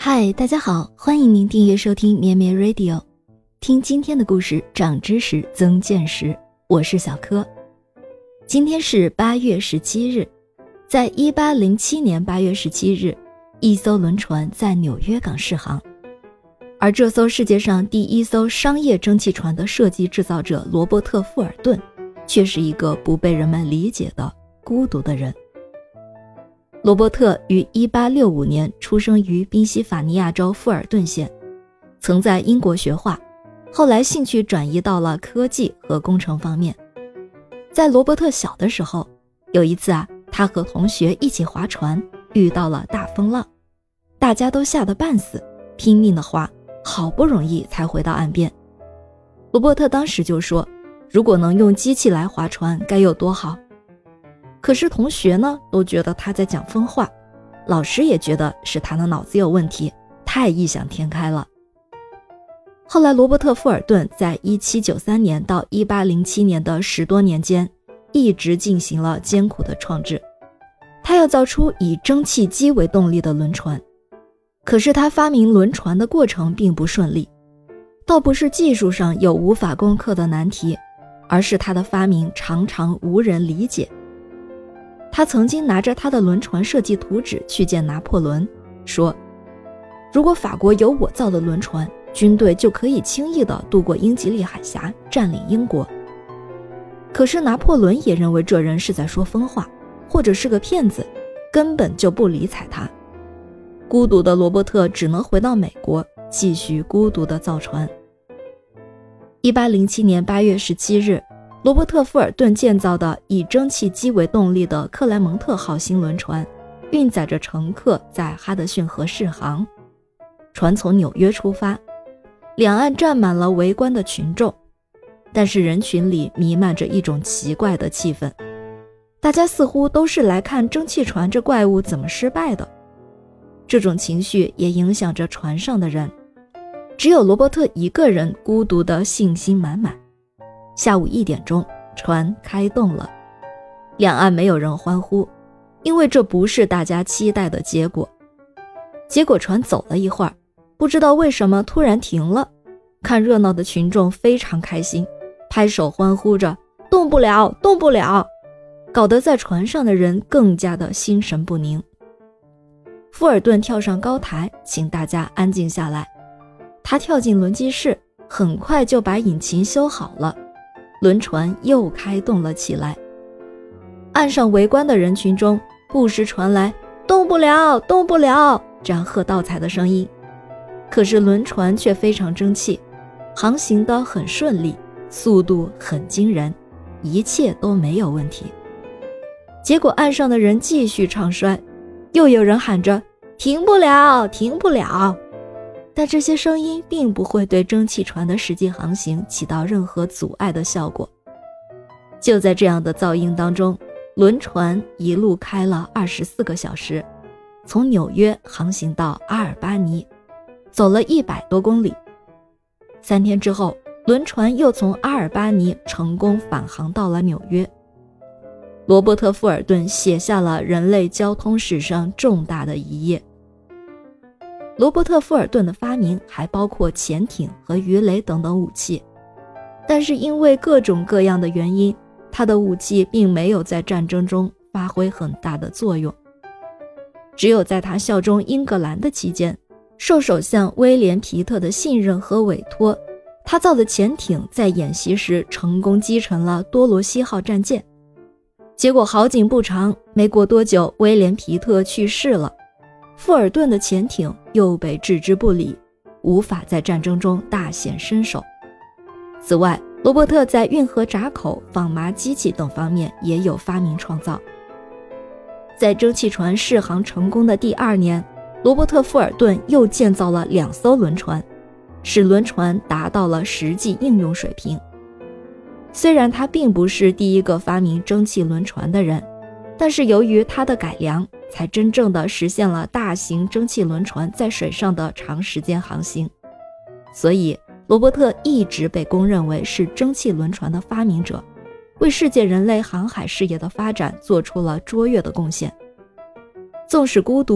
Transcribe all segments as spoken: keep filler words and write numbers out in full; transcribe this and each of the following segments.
嗨，大家好，欢迎您订阅收听绵绵 Radio， 听今天的故事，长知识，增见识。我是小柯。今天是八月十七日，在一八零七年八月十七日，一艘轮船在纽约港试航，而这艘世界上第一艘商业蒸汽船的设计制造者罗伯特·富尔顿，却是一个不被人们理解的孤独的人。罗伯特于一八六五年出生于宾夕法尼亚州富尔顿县，曾在英国学画，后来兴趣转移到了科技和工程方面。在罗伯特小的时候，有一次啊，他和同学一起划船，遇到了大风浪，大家都吓得半死，拼命地划，好不容易才回到岸边。罗伯特当时就说，如果能用机器来划船该有多好。可是同学呢，都觉得他在讲疯话，老师也觉得是他的脑子有问题，太异想天开了。后来罗伯特·富尔顿在一七九三年到一八零七年的十多年间，一直进行了艰苦的创制。他要造出以蒸汽机为动力的轮船，可是他发明轮船的过程并不顺利，倒不是技术上有无法攻克的难题，而是他的发明常常无人理解。他曾经拿着他的轮船设计图纸去见拿破仑，说，如果法国有我造的轮船，军队就可以轻易地渡过英吉利海峡，占领英国。可是拿破仑也认为这人是在说疯话，或者是个骗子，根本就不理睬他。孤独的罗伯特只能回到美国，继续孤独地造船。一八零七年八月十七日，罗伯特·富尔顿建造的以蒸汽机为动力的克莱蒙特号新轮船，运载着乘客在哈德逊河试航。船从纽约出发，两岸站满了围观的群众，但是人群里弥漫着一种奇怪的气氛，大家似乎都是来看蒸汽船这怪物怎么失败的。这种情绪也影响着船上的人，只有罗伯特一个人孤独的信心满满。下午一点钟，船开动了，两岸没有人欢呼，因为这不是大家期待的结果。结果船走了一会儿，不知道为什么突然停了，看热闹的群众非常开心，拍手欢呼着，动不了，动不了，搞得在船上的人更加的心神不宁。富尔顿跳上高台，请大家安静下来。他跳进轮机室，很快就把引擎修好了，轮船又开动了起来。岸上围观的人群中不时传来动不了，动不了这样喝倒彩的声音。可是轮船却非常争气，航行得很顺利，速度很惊人，一切都没有问题。结果岸上的人继续唱衰，又有人喊着停不了，停不了。但这些声音并不会对蒸汽船的实际航行起到任何阻碍的效果。就在这样的噪音当中，轮船一路开了二十四个小时，从纽约航行到阿尔巴尼，走了一百多公里。三天之后，轮船又从阿尔巴尼成功返航到了纽约。罗伯特·富尔顿写下了人类交通史上重大的一页。罗伯特·富尔顿的发明还包括潜艇和鱼雷等等武器，但是因为各种各样的原因，他的武器并没有在战争中发挥很大的作用。只有在他效忠英格兰的期间，受首相威廉·皮特的信任和委托，他造的潜艇在演习时成功击沉了多罗西号战舰。结果好景不长，没过多久，威廉·皮特去世了，富尔顿的潜艇又被置之不理，无法在战争中大显身手。此外，罗伯特在运河闸口、放麻机器等方面也有发明创造。在蒸汽船试航成功的第二年，罗伯特·富尔顿又建造了两艘轮船，使轮船达到了实际应用水平。虽然他并不是第一个发明蒸汽轮船的人，但是由于他的改良，才真正的实现了大型蒸汽轮船在水上的长时间航行。所以罗伯特一直被公认为是蒸汽轮船的发明者，为世界人类航海事业的发展做出了卓越的贡献。纵使孤独，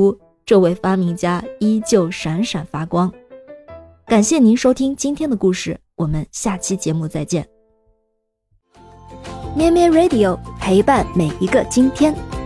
这位发明家依旧闪闪发光。感谢您收听今天的故事，我们下期节目再见。咩咩 Radio 陪伴每一个今天。